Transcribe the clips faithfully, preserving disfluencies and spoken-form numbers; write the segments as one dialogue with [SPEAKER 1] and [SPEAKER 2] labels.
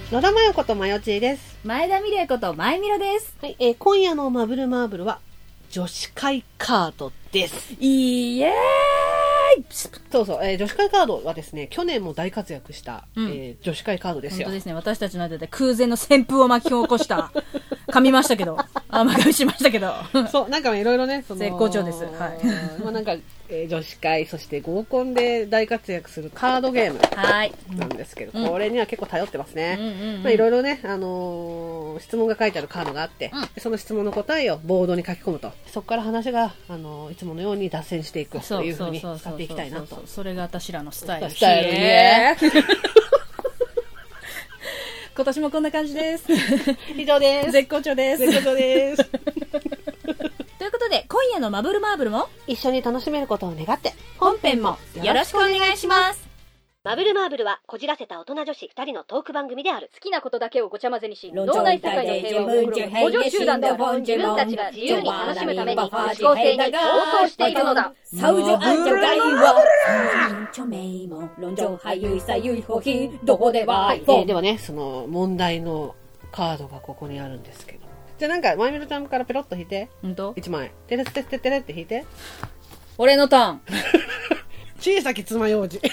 [SPEAKER 1] 野田真代子とまよちーです。
[SPEAKER 2] 前田美玲子とまいみろです。
[SPEAKER 1] はい、えー、今夜のマブルマーブルは女子会カードです。
[SPEAKER 2] イエーイ。
[SPEAKER 1] そうそう、えー、女子会カードはですね、去年も大活躍した、うん、えー、女子会カードですよ。
[SPEAKER 2] 本当ですね。私たちの間で空前の旋風を巻き起こした噛みましたけどあま噛みしましたけど
[SPEAKER 1] そうなんかいろいろね、その
[SPEAKER 2] 絶好調です。はい。まあ
[SPEAKER 1] なんか、えー、女子会そして合コンで大活躍するカードゲームなんですけど、はい、これには結構頼ってますね。まあいろいろね、あのー、質問が書いてあるカードがあって、うん、その質問の答えをボードに書き込むと、そこから話が、あのー、いつものように脱線していくという風に使っていきたいなと。
[SPEAKER 2] それが私らのスタイル。
[SPEAKER 1] スタイルね。
[SPEAKER 2] 今年もこんな感じです。
[SPEAKER 1] 以上です。
[SPEAKER 2] 絶好調です。
[SPEAKER 1] 絶好調です。
[SPEAKER 2] ということで、今夜のマブルマーブルも
[SPEAKER 1] 一緒に楽しめることを願って、
[SPEAKER 2] 本編もよろしくお願いします。
[SPEAKER 1] マブルマーブルはこじらせた大人女子ふたりのトーク番組である。
[SPEAKER 2] 好きなことだけをごちゃ混ぜにし、脳内世界の平和を送る補助集団である。自分たちが自由に楽しむために思考性に応答しているのだ。
[SPEAKER 3] サウジョアンジャガイは著名も論上俳優さゆいほひどこでは、
[SPEAKER 1] はい、えー、ではね、その問題のカードがここにあるんですけど、じゃあなんかまゆみろちゃんからペロッと引いて。
[SPEAKER 2] ほんと
[SPEAKER 1] いちまいテレステステテレって引いて。
[SPEAKER 2] 俺のターン。
[SPEAKER 1] 小さき爪楊枝。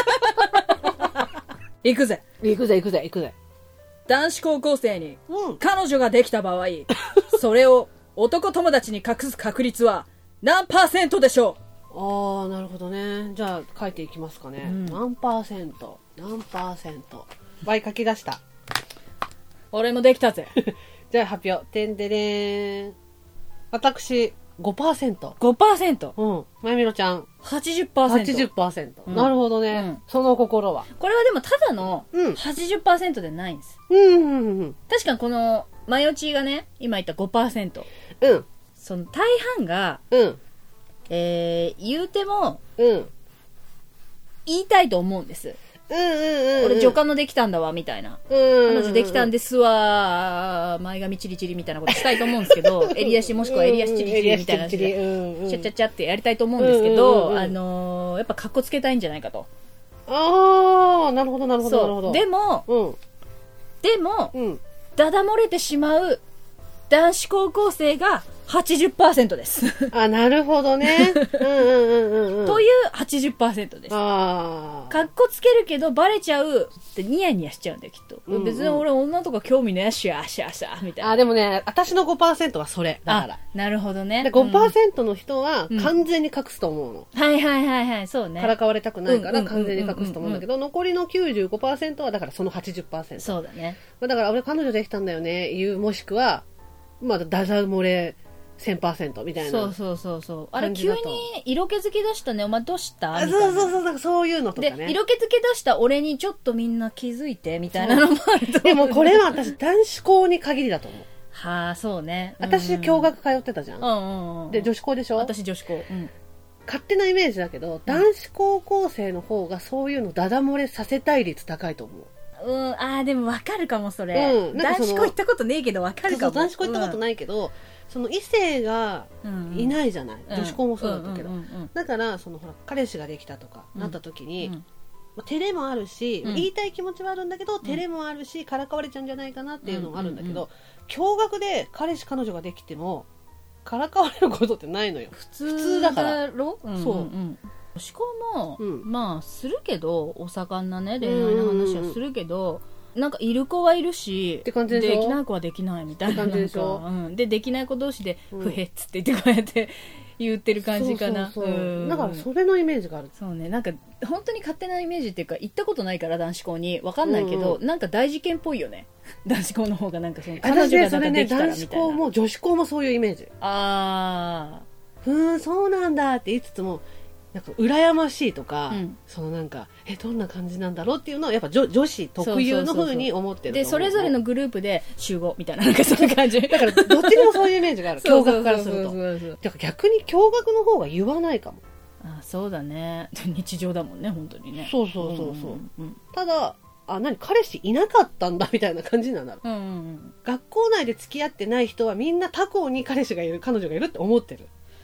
[SPEAKER 2] 行くぜ
[SPEAKER 1] 行くぜ行くぜ行くぜ。
[SPEAKER 2] 男子高校生に彼女ができた場合、うん、それを男友達に隠す確率は何パーセントでしょう。
[SPEAKER 1] あー、なるほどね。じゃあ書いていきますかね、うん、何パーセント何パーセント倍書き出した。
[SPEAKER 2] 俺もできたぜ。
[SPEAKER 1] じゃあ発表。てんでれーん。私 ごパーセント。
[SPEAKER 2] ごパーセント。
[SPEAKER 1] うん。まゆみろちゃん
[SPEAKER 2] はちじゅっパーセント。
[SPEAKER 1] はちじゅっパーセント、
[SPEAKER 2] うん、
[SPEAKER 1] なるほどね、うん、その心は。
[SPEAKER 2] これはでもただの はちじゅっパーセント でないんです。
[SPEAKER 1] うんうんうんうん。
[SPEAKER 2] 確かにこのマヨチーがね、今言った ごパーセント。
[SPEAKER 1] うん。
[SPEAKER 2] その大半が、
[SPEAKER 1] うん。
[SPEAKER 2] えー、言うても、
[SPEAKER 1] うん。
[SPEAKER 2] 言いたいと思うんです。
[SPEAKER 1] うんうんうん、うん、
[SPEAKER 2] 俺女官のできたんだわみたいな、うんうんうん、彼女できたんですわ前髪チリチリみたいなことしたいと思うんですけど襟足もしくは襟足チリチリみたいな、うんうん、チャチャチャってやりたいと思うんですけど、うんうんうん、あのー、やっぱカッコつけたいんじゃないかと。
[SPEAKER 1] ああ、なるほどなるほどなるほど。
[SPEAKER 2] でも、うん、でも、うん、ダダ漏れてしまう男子高校生がはちじゅっパーセント です。
[SPEAKER 1] あ、なるほどね。うんうんうんうん。
[SPEAKER 2] という はちじゅっパーセント です。ああ。かっこつけるけどバレちゃうってニヤニヤしちゃうんだよきっと。うんうん、別に俺女とか興味ねえしあしあしゃみたいな。
[SPEAKER 1] あ、でもね、私の ごパーセント はそれだから。
[SPEAKER 2] なるほどね。
[SPEAKER 1] で ごパーセント の人は完全に隠すと思うの。
[SPEAKER 2] うん、はいはいはいはい、そうね。
[SPEAKER 1] からかわれたくないから完全に隠すと思うんだけど、残りの きゅうじゅうごパーセント はだからその はちじゅっパーセント。
[SPEAKER 2] そうだね。
[SPEAKER 1] だから俺彼女できたんだよね言う、もしくはまあダジャ漏れせんパーセント みたいな。
[SPEAKER 2] そうそうそうそう。あれ急に色気づき出したね。お前どうしたみたいな。
[SPEAKER 1] そうそうそう、なんかそういうのとかね。
[SPEAKER 2] で色気づき出した俺にちょっとみんな気づいてみたいなのもあると思う。
[SPEAKER 1] でもこれは私男子校に限りだと思う。
[SPEAKER 2] はあ、そうね。
[SPEAKER 1] 私共学通ってたじゃん。
[SPEAKER 2] うんうんうん、で
[SPEAKER 1] 女子校でしょ。
[SPEAKER 2] 私女子校。うん、
[SPEAKER 1] 勝手なイメージだけど、男子高校生の方がそういうのダダ漏れさせたい率高いと思う。
[SPEAKER 2] うん、あーでも分かるかもそれ、うん、なんかその男子校行ったことねえけど分かるかも。
[SPEAKER 1] そうそう、男子校行ったことないけど、うん、その異性がいないじゃない、うん、女子校もそうだったけど、うんうんうんうん、だからそのほら彼氏ができたとかなった時に、うんうん、まあ、照れもあるし、うん、言いたい気持ちはあるんだけど、うん、照れもあるしからかわれちゃうんじゃないかなっていうのもあるんだけど、うんうんうん、共学で彼氏彼女ができてもからかわれることってないのよ。
[SPEAKER 2] 普通、普通だから
[SPEAKER 1] ろ、うんうんうん、そう、女
[SPEAKER 2] 子校も、うん、まあするけどお盛んなね恋愛の話はするけど、うん、なんかいる子はいるし
[SPEAKER 1] って感じでしょ。
[SPEAKER 2] できない子はできないみたいな感じでしょ。うん、でできない子同士で、うん、ふへっつって言ってこうやって言ってる感じかな。
[SPEAKER 1] そうそうそう、うん、だからそれのイメージがある。
[SPEAKER 2] そうね、なんか本当に勝手なイメージっていうか行ったことないから男子校に分かんないけど、うんうん、なんか大事件っぽいよね。男子校の方がなんかその彼女がなんかできたらみたいな。
[SPEAKER 1] 男子校も女子校もそういうイメージ。
[SPEAKER 2] あ
[SPEAKER 1] ー、ふーん、そうなんだって言いつつもなんか羨ましいとか、うん、そのなんかえどんな感じなんだろうっていうのはやっぱ 女, 女子特有の風に思ってると思う。
[SPEAKER 2] でそれぞれのグループで集合みたいななんかそんな感じ。
[SPEAKER 1] だからどっちにもそういうイメージがある。共学からすると。だから逆に共学の方が言わないかも。
[SPEAKER 2] あ、そうだね。日常だもんね本当にね。
[SPEAKER 1] そうそうそうそう。うんうんうん、ただあ、何彼氏いなかったんだみたいな感じなんだろう、うんうんうん、学校内で付き合ってない人はみんな他校に彼氏がいる彼女がいるって思ってる。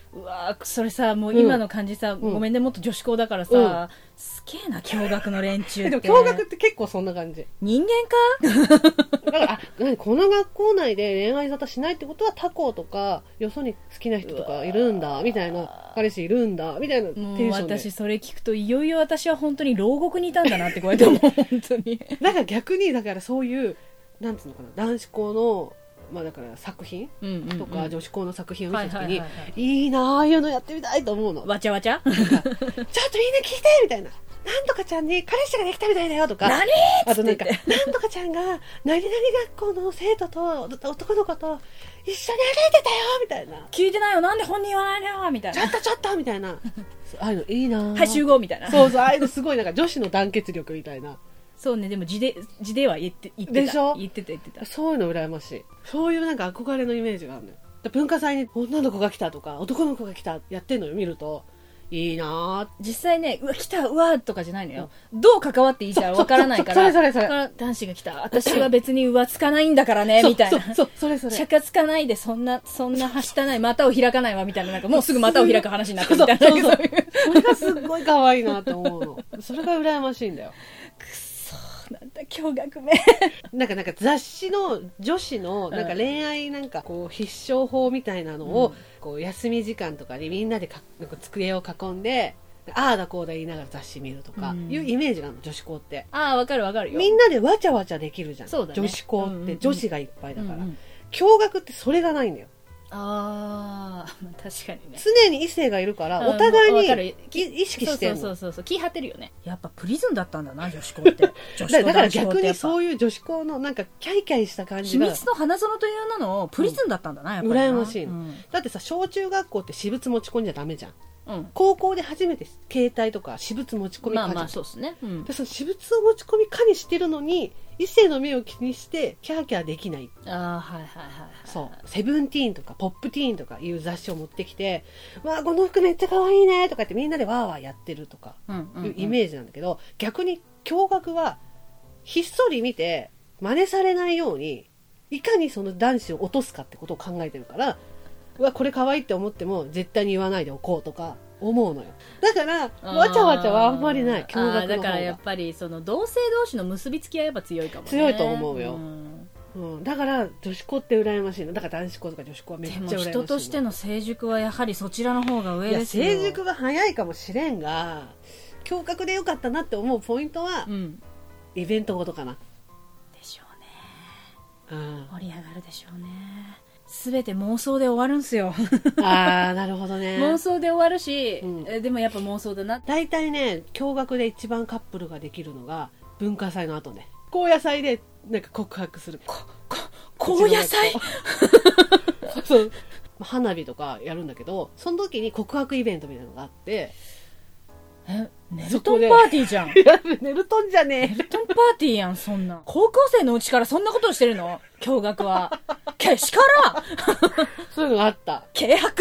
[SPEAKER 2] うわーそれさもう今の感じさ、うん、ごめんねもっと女子校だからさ、うん、すげえな共学の連中って。でも
[SPEAKER 1] 共学って結構そんな感じ。
[SPEAKER 2] 人間か
[SPEAKER 1] だからあ何この学校内で恋愛沙汰しないってことは他校とかよそに好きな人とかいるんだみたいな、彼氏いるんだみたいなテンションで。もう
[SPEAKER 2] 私それ聞くといよいよ私は本当に牢獄にいたんだなってこうやって思う本当に。
[SPEAKER 1] だから逆にだからそういうなんつうのかな男子校のまあ、だから作品とか女子校の作品を見たときにいいなああいうのやってみたいと思うの。
[SPEAKER 2] わちゃわちゃ
[SPEAKER 1] ちょっとみんな聞いてみたいな、なんとかちゃんに彼氏ができたみたいだよとか、
[SPEAKER 2] 何
[SPEAKER 1] あとなんかなんとかちゃんが何々学校の生徒と男の子と一緒に歩いてたよみたいな、
[SPEAKER 2] 聞いてないよなんで本人言わないのよみたいな、
[SPEAKER 1] ちょっとちょっとみたいなああいうのいいな
[SPEAKER 2] はい集合みたいな、
[SPEAKER 1] そうそうああいうのすごいなんか女子の団結力みたいな。
[SPEAKER 2] そうね、でも字で字では言って言ってた
[SPEAKER 1] でしょ、
[SPEAKER 2] 言ってた言ってた。
[SPEAKER 1] そういうの羨ましい。そういうなんか憧れのイメージがあるのよ。文化祭に女の子が来たとか男の子が来たやってんのよ見るといいな。
[SPEAKER 2] 実際ねうわ来たうわとかじゃないのよ、うん、どう関わっていいじゃわからないから、
[SPEAKER 1] それそれそれ
[SPEAKER 2] から男子が来た私は別にうわつかないんだからねみたいな、
[SPEAKER 1] そうそうそれそれ
[SPEAKER 2] シャカつかないでそんなそんなはしたない股を開かないわみたいな、なんかもうすぐ股を開く話になってみたいな、そうそうそう
[SPEAKER 1] それがすっごい可愛いなと思うの。それが羨ましいんだよ。
[SPEAKER 2] くそなんだ驚愕め
[SPEAKER 1] なんかなんか雑誌の女子のなんか恋愛なんかこう必勝法みたいなのを、うん、こう休み時間とかにみんなでかなんか机を囲んでああだこうだ言いながら雑誌見るとかいうイメージなの、女子校って。
[SPEAKER 2] ああわかるわかるよ。
[SPEAKER 1] みんなでわちゃわちゃできるじゃん、
[SPEAKER 2] そうだね、
[SPEAKER 1] 女子校って女子がいっぱいだから、
[SPEAKER 2] うんうん、
[SPEAKER 1] 共学ってそれがないんだよ。
[SPEAKER 2] ああ確かにね、
[SPEAKER 1] 常に異性がいるからお互いに意識してるの。
[SPEAKER 2] そうそうそうそう気張ってるよね。やっぱプリズンだったんだな女子校って女子校
[SPEAKER 1] だから逆にそういう女子校のなんかキャイキャイした感じが
[SPEAKER 2] 秘密の花園という名のプリズンだったんだな、うん、やっぱりな
[SPEAKER 1] 羨ましいの、うん、だってさ小中学校って私物持ち込んじゃダメじゃん、
[SPEAKER 2] うん、
[SPEAKER 1] 高校で初めて携帯とか私物持ち込み可に、
[SPEAKER 2] まあまあそうですね、うん、
[SPEAKER 1] でその私物を持ち込み可にしてるのに異性の目を気にしてキャーキャーできない。
[SPEAKER 2] ああはいはいはい、はい、
[SPEAKER 1] そうセブンティーンとかポップティーンとかいう雑誌を持ってきてわあこの服めっちゃ可愛いねとか言ってみんなでワーワーやってるとかいうイメージなんだけど、うんうんうん、逆に共学はひっそり見て真似されないようにいかにその男子を落とすかってことを考えてるから、うわこれ可愛いって思っても絶対に言わないでおこうとか思うのよ。だからわちゃわちゃはあんまりない共学の方が。
[SPEAKER 2] だからやっぱりその同性同士の結びつきはやっぱ強いかもね。
[SPEAKER 1] 強いと思うよ、うんうん、だから女子校って羨ましいの。だから男子校とか女子校はめっちゃ羨ましいの。
[SPEAKER 2] でも人としての成熟はやはりそちらの方が上ですよ。
[SPEAKER 1] いや成熟が早いかもしれんが共学でよかったなって思うポイントは、うん、イベントごとかな
[SPEAKER 2] でしょうね、うん、盛り上がるでしょうね。全て妄想で終わるんすよ
[SPEAKER 1] あーなるほどね
[SPEAKER 2] 妄想で終わるし、うん、えでもやっぱ妄想だな。
[SPEAKER 1] 大体ね共学で一番カップルができるのが文化祭の後ね。高野祭でなんか告白する。こ
[SPEAKER 2] こ高野祭
[SPEAKER 1] そう花火とかやるんだけどその時に告白イベントみたいなのがあって、
[SPEAKER 2] えネルトンパーティーじゃん。
[SPEAKER 1] ネルトンじゃねえ。
[SPEAKER 2] ネルトンパーティーやんそんな。高校生のうちからそんなことをしてるの共学は。けしから
[SPEAKER 1] そういうのがあった。
[SPEAKER 2] 軽薄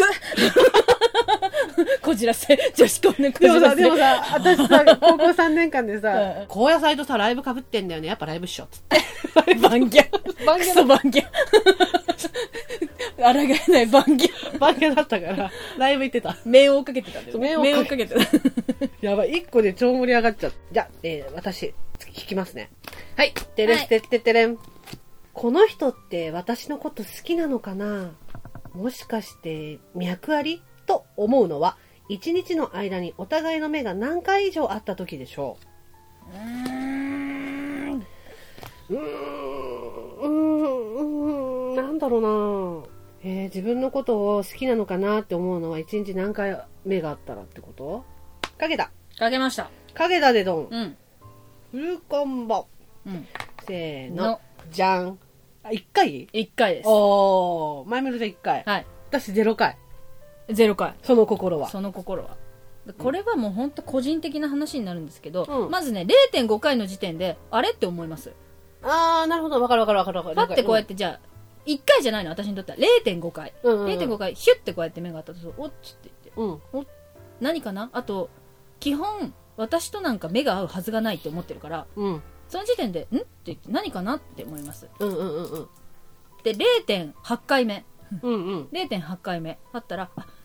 [SPEAKER 2] こじらせ女子校のこじらせ。
[SPEAKER 1] でもさでもさ私さ高校さんねんかんでさ、うん、高野祭とさライブ被ってんだよねやっぱライブっしょっつって
[SPEAKER 2] バンギャバンギャバンギャ抗えないバンギャ
[SPEAKER 1] バンギャだったからライブ行ってた。
[SPEAKER 2] 面を追っかけてたんだよ。
[SPEAKER 1] 面を追っかけてたやばいいっこで超盛り上がっちゃった。じゃあ、えー、私引きますね。はいてれってってってれん、はい、この人って私のこと好きなのかな、もしかして脈ありと思うのはいちにちの間にお互いの目が何回以上あった時でしょう。うーんうーんうーんなんだろうな、えー、自分のことを好きなのかなって思うのはいちにち何回目があったらってこと。かけた
[SPEAKER 2] かけました。
[SPEAKER 1] かけたでドン、
[SPEAKER 2] うん、
[SPEAKER 1] フルコンボ、うん、せーの
[SPEAKER 2] の
[SPEAKER 1] じゃん。あいっかい
[SPEAKER 2] いっかいです。
[SPEAKER 1] おー前メロでいっかい、
[SPEAKER 2] はい、
[SPEAKER 1] 私ゼロかい
[SPEAKER 2] ゼロかい。
[SPEAKER 1] その心は
[SPEAKER 2] その心はこれはもう本当個人的な話になるんですけど、うん、まずね れいてんごかいの時点であれって思います。
[SPEAKER 1] あーなるほどわかるわかるわかるわかる。
[SPEAKER 2] パッてこうやって、うん、じゃあいっかいじゃないの私にとっては れいてんごかい、うんうんうん、れいてんごかいヒュッてこうやって目があったとおっつって言って、うん、お何かな。あと基本私となんか目が合うはずがないって思ってるから、うん、その時点でんって言って何かなって思います、うんうんうんうん、で れいてんはちかいめ、うんうん、れいてんはちかいめあったらあ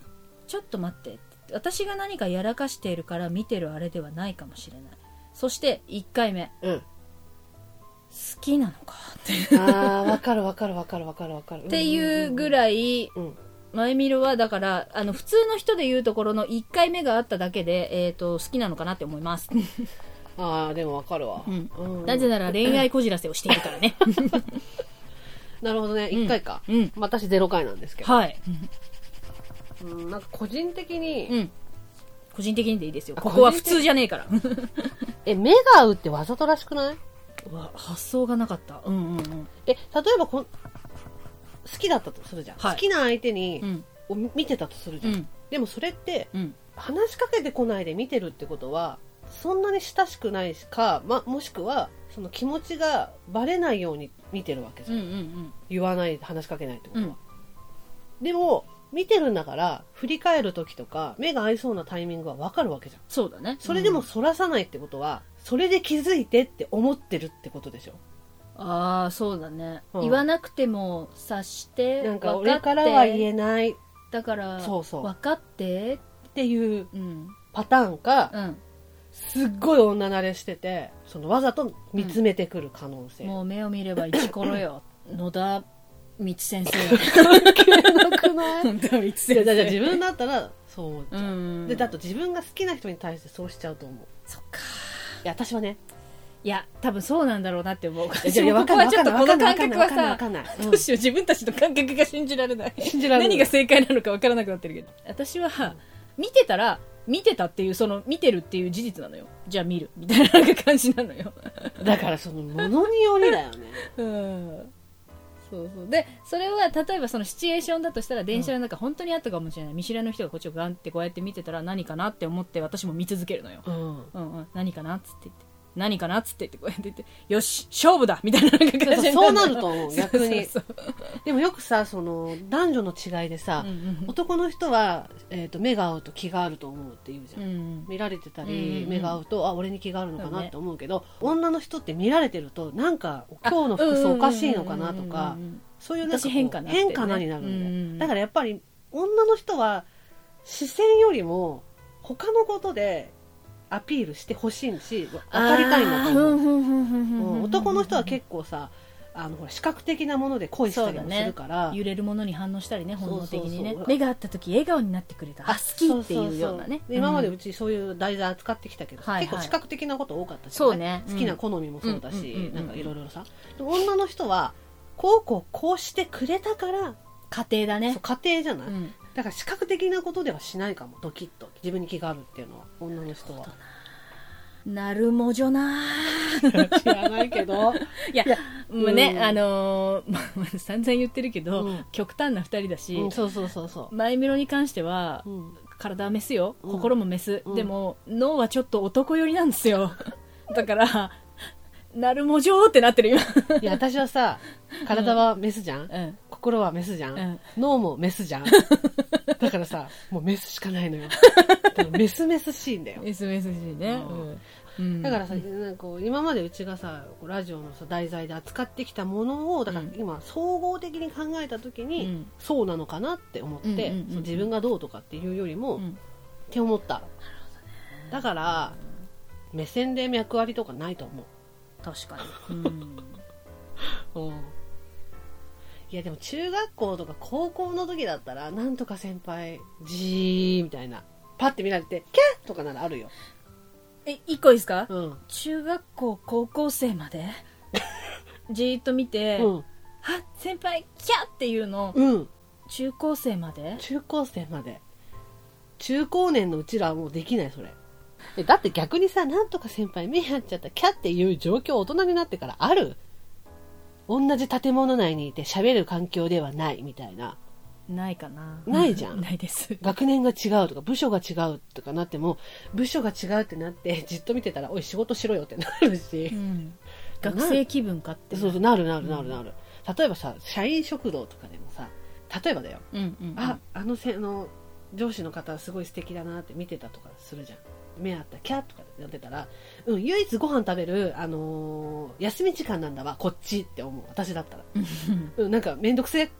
[SPEAKER 2] ちょっと待って、私が何かやらかしているから見てるあれではないかもしれない。そしていっかいめ、
[SPEAKER 1] うん、
[SPEAKER 2] 好きなのかって
[SPEAKER 1] あー、わかるわかるわかるわかるわかる
[SPEAKER 2] っていうぐらい、うんうんうん、マイミルはだからあの普通の人でいうところのいっかいめがあっただけで、えーと、好きなのかなって思います
[SPEAKER 1] あー、でもわかるわ、
[SPEAKER 2] うんうん、なぜなら恋愛こじらせをしているからね
[SPEAKER 1] なるほどね、いっかいか、
[SPEAKER 2] うん、
[SPEAKER 1] 私ゼロかいなんですけど、
[SPEAKER 2] はい、
[SPEAKER 1] うん、なんか個人的に、
[SPEAKER 2] うん、個人的にでいいですよ、ここは普通じゃねえから
[SPEAKER 1] え、目が合うってわざとらしくない？
[SPEAKER 2] うわ、発想がなかった、うんうんうん、
[SPEAKER 1] え、例えばこん好きだったとするじゃん、はい、好きな相手に、うん、見てたとするじゃん、うん、でもそれって、うん、話しかけてこないで見てるってことはそんなに親しくないしか、ま、もしくはその気持ちがバレないように見てるわけじゃん、うんうんうん、言わない、話しかけないってことは、うん、でも見てるんだから振り返る時とか目が合いそうなタイミングは分かるわけじゃん。
[SPEAKER 2] そうだね。
[SPEAKER 1] それでもそらさないってことは、うん、それで気づいてって思ってるってことでしょ。
[SPEAKER 2] ああ、そうだね、うん、言わなくても察して
[SPEAKER 1] なんか俺からは言えない
[SPEAKER 2] だからそうそう分かって
[SPEAKER 1] っていうパターンか、うん、すっごい女慣れしててそのわざと見つめてくる可能性、
[SPEAKER 2] うん、もう目を見ればイチコロよ野田道先生
[SPEAKER 1] 関係なくない
[SPEAKER 2] 野田道先生
[SPEAKER 1] だ自分だったらそう思っちゃう、うん、でだと自分が好きな人に対してそうしちゃうと思う。
[SPEAKER 2] そっか。
[SPEAKER 1] いや私はね、
[SPEAKER 2] いや多分そうなんだろうなって思う。
[SPEAKER 1] いやいやここはちょっとこの感覚はさ
[SPEAKER 2] どうしよう、自分たちの感覚が信じられない
[SPEAKER 1] 信じられない
[SPEAKER 2] 何が正解なのか分からなくなってるけど、私は、うん、見てたら見てたっていうその見てるっていう事実なのよ。じゃあ見るみたいな感じなのよ
[SPEAKER 1] だからそのものによりだよね
[SPEAKER 2] うんそうそうでそれは例えばそのシチュエーションだとしたら電車の中、うん、本当にあったかもしれない見知らぬ人がこっちをガンってこうやって見てたら何かなって思って私も見続けるのよ、うんうんうん、何かなっつって言って何かなっつって言ってこうやって言ってよし勝負だみたいな感じになる。
[SPEAKER 1] そうなると思う逆にそうそうそうでもよくさその男女の違いでさ、うんうん、男の人は、えーと、目が合うと気があると思うって言うじゃん、うんうん、見られてたり、うんうん、目が合うとあ俺に気があるのかなって思うけど、ね、女の人って見られてるとなんか今日の服装おかしいのかなとかそういうなんかこう
[SPEAKER 2] 変化な、ね、
[SPEAKER 1] 変化なになるんだよ、うんうん、だからやっぱり女の人は視線よりも他のことでアピールしてほしいし分かりたいんだと思う。男の人は結構さあのほら視覚的なもので恋したりもするから、
[SPEAKER 2] ね、揺れるものに反応したりね本能的にね。そうそうそう目が合った時笑顔になってくれたあ好きっていうようなね。
[SPEAKER 1] そうそうそう今までうちそういう題材扱ってきたけど、うん、結構視覚的なこと多かったし、
[SPEAKER 2] そうね、
[SPEAKER 1] 好きな好みもそうだし、なんかいろいろさ女の人はこうこうこうしてくれたから
[SPEAKER 2] 家庭だね。
[SPEAKER 1] そう家庭じゃない、うん、だから視覚的なことではしないかも。ドキッと自分に気があるっていうのは女の人は
[SPEAKER 2] なるもじょな
[SPEAKER 1] 知らないけど
[SPEAKER 2] いや、いやもうね、うん、あのー、散々言ってるけど、うん、極端なふたりだし、
[SPEAKER 1] うん、そうそうそうそう
[SPEAKER 2] マイメロに関しては、うん、体はメスよ、うん、心もメス、うん、でも脳はちょっと男寄りなんですよだからなるもじょーってなってる今
[SPEAKER 1] いや私はさ体はメスじゃん、うん、心はメスじゃん、うん、脳もメスじゃんだからさもうメスしかないのよメスメスしいんだよ。
[SPEAKER 2] メスメスしいね、
[SPEAKER 1] うん、だからさ、なんか今までうちがさラジオのさ題材で扱ってきたものをだから今総合的に考えた時に、うん、そうなのかなって思って、うんうんうんうん、自分がどうとかっていうよりも、うん、って思った。だから目線で脈ありとかないと思う。
[SPEAKER 2] 確かに、うん
[SPEAKER 1] うん、いやでも中学校とか高校の時だったらなんとか先輩じーみたいなパッて見られてキャッとかならあるよ。
[SPEAKER 2] え一個いいですか、
[SPEAKER 1] うん、
[SPEAKER 2] 中学校高校生までじーっと見て、うん、あ先輩キャッっていうの、
[SPEAKER 1] うん、
[SPEAKER 2] 中高生まで
[SPEAKER 1] 中高生まで中高年のうちらはもうできないそれ。えだって逆にさなんとか先輩目合っちゃったキャっていう状況大人になってからある？同じ建物内にいて喋る環境ではないみたいな。
[SPEAKER 2] ないかな。
[SPEAKER 1] ないじゃん
[SPEAKER 2] ないです。
[SPEAKER 1] 学年が違うとか部署が違うとかなっても部署が違うってなってじっと見てたらおい仕事しろよってなるし、うん、
[SPEAKER 2] 学生気分かって
[SPEAKER 1] そうそうなるなるなるなる、うん、例えばさ社員食堂とかでもさ例えばだよ、うんうんうん、ああのせの上司の方すごい素敵だなって見てたとかするじゃん。目あったキャッとかやってたら、うん、唯一ご飯食べる、あのー、休み時間なんだわこっちって思う私だったら、うん、なんかめんどくせえって思う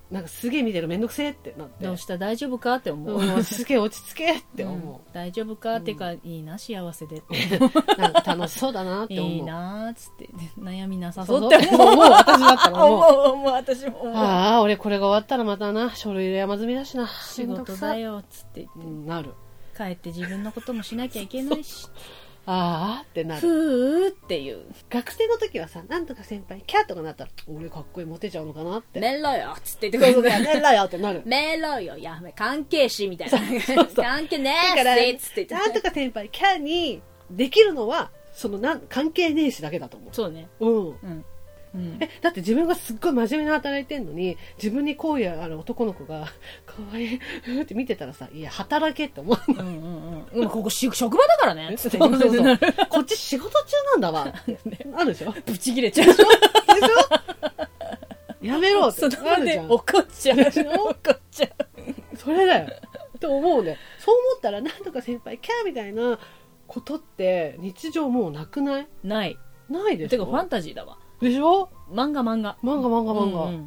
[SPEAKER 1] なんかすげえ見てるめんどくせえってなって、
[SPEAKER 2] どうした大丈夫かって思う、
[SPEAKER 1] うん、すげえ落ち着けって思う、うん、
[SPEAKER 2] 大丈夫かっていうか、うん、いいな幸せでって
[SPEAKER 1] なんか楽しそうだなって思う、
[SPEAKER 2] いいなっつって悩みなさそうって思う、
[SPEAKER 1] もう私だったら思う
[SPEAKER 2] 思う思う私も思う、
[SPEAKER 1] ああ俺これが終わったらまたな書類山積みだしな
[SPEAKER 2] 仕事だよっつって言って、
[SPEAKER 1] うん、なる
[SPEAKER 2] 帰って自分のこともしなきゃいけないし
[SPEAKER 1] あーってなる。
[SPEAKER 2] ふーっていう。
[SPEAKER 1] 学生の時はさ、なんとか先輩キャーとかなったら俺かっこいいモテちゃうのかなって。
[SPEAKER 2] めんろよっつって言ってくる
[SPEAKER 1] めんろよってなる。
[SPEAKER 2] めんろよやめ関係しみたいな。そうそう関係ねえっつって言って。
[SPEAKER 1] なんとか先輩キャーにできるのはそのなん関係ねえしだけだと思う。
[SPEAKER 2] そうね。
[SPEAKER 1] うん。
[SPEAKER 2] うんうん、
[SPEAKER 1] えだって自分がすっごい真面目に働いてんのに自分に好意ある男の子が可愛いって見てたらさ、いや働けって思う。うんうん
[SPEAKER 2] うん。ここ職場だからね。
[SPEAKER 1] そうそうそうこっち仕事中なんだわ。あるでしょ。
[SPEAKER 2] ブチ切れちゃう。でしょ。
[SPEAKER 1] やめろって
[SPEAKER 2] あるじゃん。怒っちゃう。怒っちゃう。
[SPEAKER 1] それだよ。って思うね。そう思ったらなんとか先輩キャーみたいなことって日常もうなくない？
[SPEAKER 2] ない。
[SPEAKER 1] ないでしょ。
[SPEAKER 2] てかファンタジーだわ。
[SPEAKER 1] でしょ。
[SPEAKER 2] 漫画漫画
[SPEAKER 1] 漫画漫画漫画、
[SPEAKER 2] うんうんうん、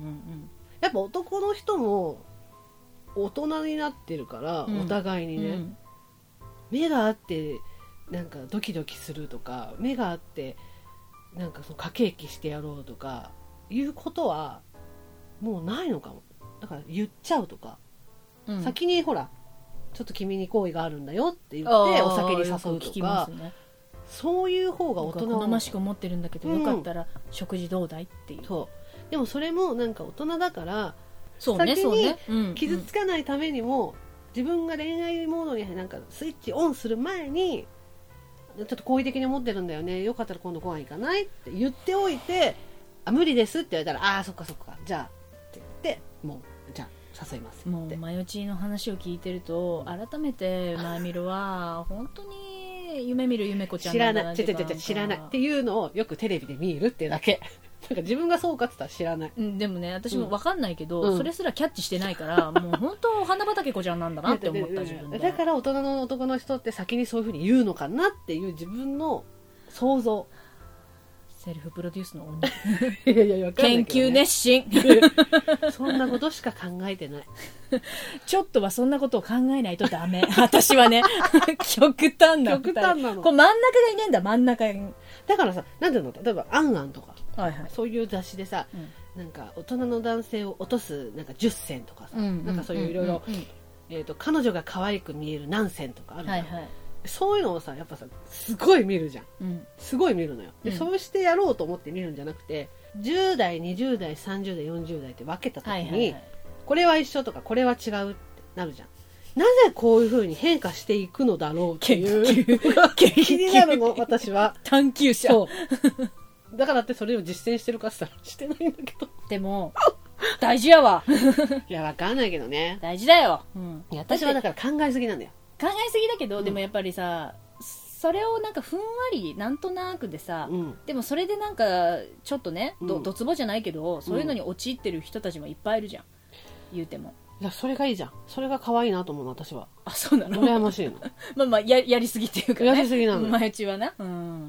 [SPEAKER 1] やっぱ男の人も大人になってるから、うん、お互いにね、うん、目があってなんかドキドキするとか目があってなんかその駆け引きしてやろうとかいうことはもうないのかも。だから言っちゃうとか、うん、先にほらちょっと君に好意があるんだよって言ってお酒に誘うとか、ね、そういう方が大人は
[SPEAKER 2] 好ましく思ってるんだけど、うん、よかったら食事どうだいっていう。
[SPEAKER 1] そうでもそれもなんか大人だから
[SPEAKER 2] そうね
[SPEAKER 1] 先に傷つかないためにも自分が恋愛モードになんかスイッチオンする前にちょっと好意的に思ってるんだよね、よかったら今度ご飯行かないって言っておいて、あ無理ですって言われたらああそっかそっかじゃあって言ってもうじゃあ誘いますって。
[SPEAKER 2] もうマヨチーの話を聞いてると改めてマイミルは本当に夢見る夢子ちゃんなんだなって
[SPEAKER 1] 知らない、知らないっていうのをよくテレビで見るっていうだけ。なんか自分がそうかって言ったら知らない。
[SPEAKER 2] うん、でもね私も分かんないけど、うん、それすらキャッチしてないから、うん、もう本当お花畑子ちゃんなんだなって思った自分で。
[SPEAKER 1] だから大人の男の人って先にそういう風に言うのかなっていう自分の想像。
[SPEAKER 2] セルフプロデュースの鬼。
[SPEAKER 1] いやいや、わかんないけどね、
[SPEAKER 2] 研究熱心。
[SPEAKER 1] そんなことしか考えてない。
[SPEAKER 2] ちょっとはそんなことを考えないとダメ。私はね、極端な。
[SPEAKER 1] 極端なの。
[SPEAKER 2] こう真ん中がいねえんだ、真ん中に。
[SPEAKER 1] だからさ、なんていうの、例えば、アンアンとか、
[SPEAKER 2] はいはい、
[SPEAKER 1] そういう雑誌でさ、うん、なんか大人の男性を落とすなんかじゅっせんとかさ、うん、なんかそういういろいろ、えっと、彼女が可愛く見える何選とかあるじゃん。はいはい、そういうのをさやっぱさすごい見るじゃん、うん、すごい見るのよ。で、うん、そうしてやろうと思って見るんじゃなくてじゅう代にじゅう代さんじゅう代よんじゅう代って分けた時に、はいはいはい、これは一緒とかこれは違うってなるじゃん。なぜこういう風に変化していくのだろうっていう気になるの私は。
[SPEAKER 2] 探求者。
[SPEAKER 1] そうだからってそれを実践してるかって言ったらしてないんだけど。
[SPEAKER 2] でも大事やわ。
[SPEAKER 1] いやわかんないけどね。
[SPEAKER 2] 大事だよ、
[SPEAKER 1] うん、いや私はだから考えすぎなんだよ。
[SPEAKER 2] 考えすぎだけど、うん、でもやっぱりさそれをなんかふんわりなんとなくでさ、うん、でもそれでなんかちょっとね、うん、ど, どつぼじゃないけどそういうのに陥ってる人たちもいっぱいいるじゃん、言うても。
[SPEAKER 1] いやそれがいいじゃん。それが可愛いなと思うの私は。
[SPEAKER 2] あそうなの。
[SPEAKER 1] 羨ましいの。
[SPEAKER 2] まあまあ や, やりすぎっていうかね。
[SPEAKER 1] やりすぎなの。
[SPEAKER 2] 前中はな、うん、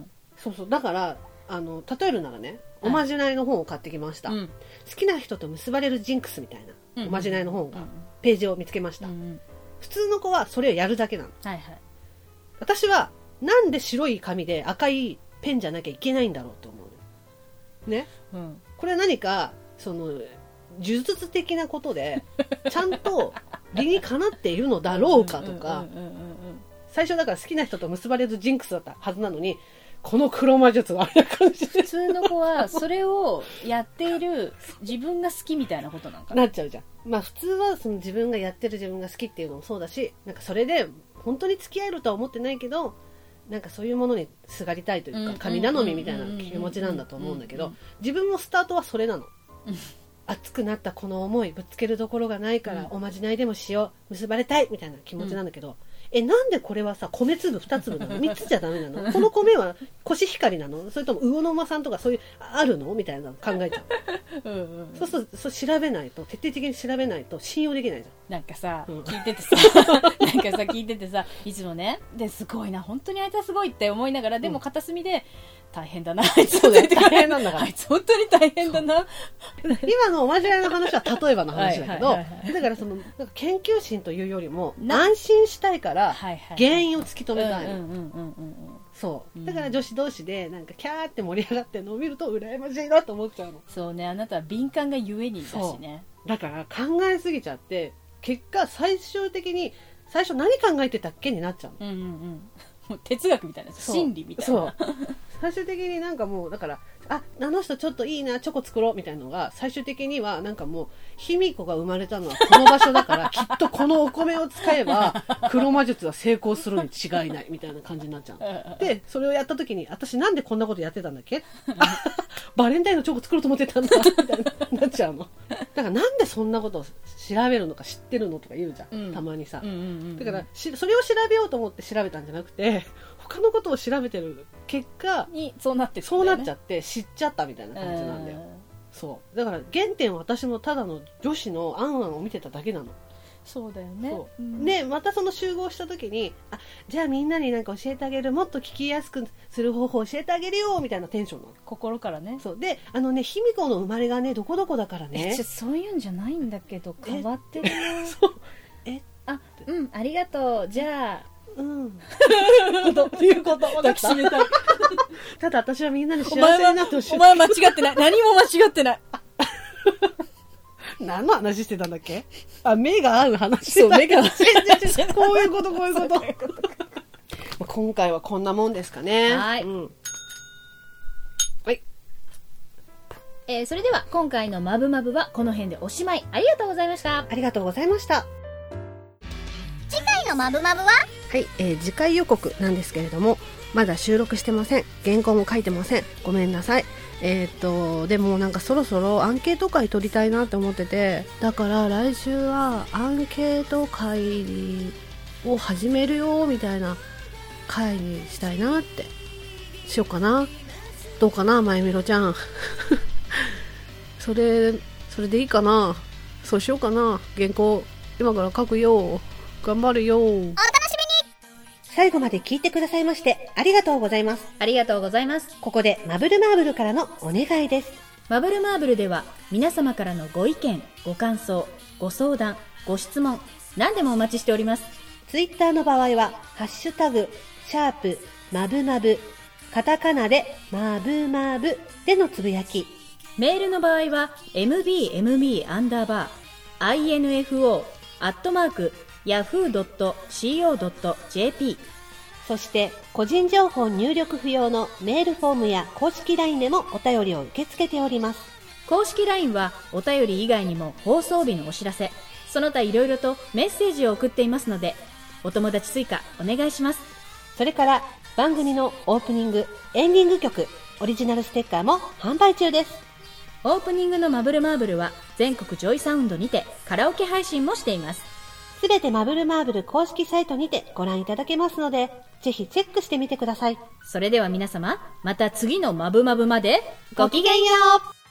[SPEAKER 1] そうそうだからあの例えるならね、おまじないの本を買ってきました、うん、好きな人と結ばれるジンクスみたいな、うん、おまじないの本が、うん、ページを見つけました、うん、普通の子はそれをやるだけなの、はいはい、私はなんで白い紙で赤いペンじゃなきゃいけないんだろうと思うね、うん、これは何かその呪術的なことでちゃんと理にかなっているのだろうかとか、最初だから好きな人と結ばれるジンクスだったはずなのにこの黒魔術はあれな感じで
[SPEAKER 2] 普通の子はそれをやっている自分が好きみたいなことなんか
[SPEAKER 1] な, なっちゃうじゃん。まあ普通はその自分がやってる自分が好きっていうのもそうだし、なんかそれで本当に付き合えるとは思ってないけどなんかそういうものにすがりたいというか神頼みみたいな気持ちなんだと思うんだけど、自分もスタートはそれなの。熱くなったこの思いぶつけるところがないから、うん、おまじないでもしよう結ばれたいみたいな気持ちなんだけど、 えなんでこれはさ米粒ふたつぶなのみっつじゃダメなのこの米はコシヒカリなのそれとも魚の間さんとかそういうあるのみたいなの考えちゃううんうん、うん、そうするとそう調べないと徹底的に調べないと信用できないじゃん。
[SPEAKER 2] なんかさ、うん、聞いててさなんかさ聞いててさいつもねですごいな本当にあいつはすごいって思いながらでも片隅で、うん大変だなあいつ
[SPEAKER 1] そうだよ大変なんだから
[SPEAKER 2] あいつ本当に大変だな
[SPEAKER 1] 今のおまじないの話は例えばの話だけどだからそのなんか研究心というよりも安心したいから原因を突き止めたいのそうだから女子同士でなんかキャーって盛り上がってるのを見ると羨ましいなと思っちゃうの。
[SPEAKER 2] そうねあなたは敏感がゆえにだしね
[SPEAKER 1] だから考えすぎちゃって結果最終的に最初何考えてたっけになっちゃうの、うんうんうん、
[SPEAKER 2] もう哲学みたいな心理みたいなそう
[SPEAKER 1] 最終的になんかもうだからああの人ちょっといいなチョコ作ろうみたいなのが最終的にはなんかもう卑弥呼が生まれたのはこの場所だからきっとこのお米を使えば黒魔術は成功するに違いないみたいな感じになっちゃうでそれをやった時に私なんでこんなことやってたんだっけバレンタインのチョコ作ろうと思ってたんだみたいななっちゃうのだからなんでそんなことを調べるのか知ってるのとか言うじゃん、うん、たまにさ、うんうんうんうん、だからしそれを調べようと思って調べたんじゃなくて他のことを調べてる結果
[SPEAKER 2] にそうなってるんだ
[SPEAKER 1] よね、そうなっちゃって知っちゃったみたいな感じなんだよ、そうだから原点は私もただの女子のあんあんを見てただけなの。
[SPEAKER 2] そうだよね、
[SPEAKER 1] うん、でまたその集合した時にあじゃあみんなになんか教えてあげるもっと聞きやすくする方法を教えてあげるよみたいなテンションなの
[SPEAKER 2] 心からね。
[SPEAKER 1] そうであのね卑弥呼の生まれがねどこどこだからね
[SPEAKER 2] えそういうんじゃないんだけど変わってるよそうえあうんありがとうじゃあうんっていうこと抱きしめたい
[SPEAKER 1] ただ私はみんなに幸せになってほしい。
[SPEAKER 2] お前は間違ってない何も間違ってない
[SPEAKER 1] 何の話してたんだっけあ目が合う話してた。
[SPEAKER 2] そう目が合う
[SPEAKER 1] こういうことこういうこと今回はこんなもんですかね。
[SPEAKER 2] はい、うん
[SPEAKER 3] はいえー、それでは今回のマブマブはこの辺でおしまい。ありがとうございました。
[SPEAKER 1] ありがとうございました。
[SPEAKER 3] 次回のマブマブは
[SPEAKER 1] はい、えー、次回予告なんですけれどもまだ収録してません。原稿も書いてません。ごめんなさい。えー、っとでもなんかそろそろアンケート会取りたいなって思っててだから来週はアンケート会を始めるよみたいな会にしたいなってしようかな。どうかなまゆみろちゃんそれそれでいいかな。そうしようかな。原稿今から書くよ。頑張るよ。お楽しみに。最後まで聞いてくださいましてありがとうございます。
[SPEAKER 2] ありがとうございます。
[SPEAKER 1] ここでマブルマーブルからのお願いです。
[SPEAKER 2] マブルマーブルでは皆様からのご意見ご感想ご相談ご質問何でもお待ちしております。
[SPEAKER 1] ツイッターの場合はハッシュタグシャープマブマブカタカナでマブマブでのつぶやき。
[SPEAKER 2] メールの場合は エムビーエムビー アンダーバー インフォ アットマークヤフー ドット シーオー ドット ジェーピー
[SPEAKER 1] そして個人情報入力不要のメールフォームや公式 ライン でもお便りを受け付けております。
[SPEAKER 2] 公式 ライン はお便り以外にも放送日のお知らせその他いろいろとメッセージを送っていますのでお友達追加お願いします。
[SPEAKER 1] それから番組のオープニングエンディング曲オリジナルステッカーも販売中です。
[SPEAKER 2] オープニングのマブルマーブルは全国ジョイサウンドにてカラオケ配信もしています。
[SPEAKER 1] すべてマブルマーブル公式サイトにてご覧いただけますのでぜひチェックしてみてください。
[SPEAKER 2] それでは皆様また次のマブマブまでごきげんよう。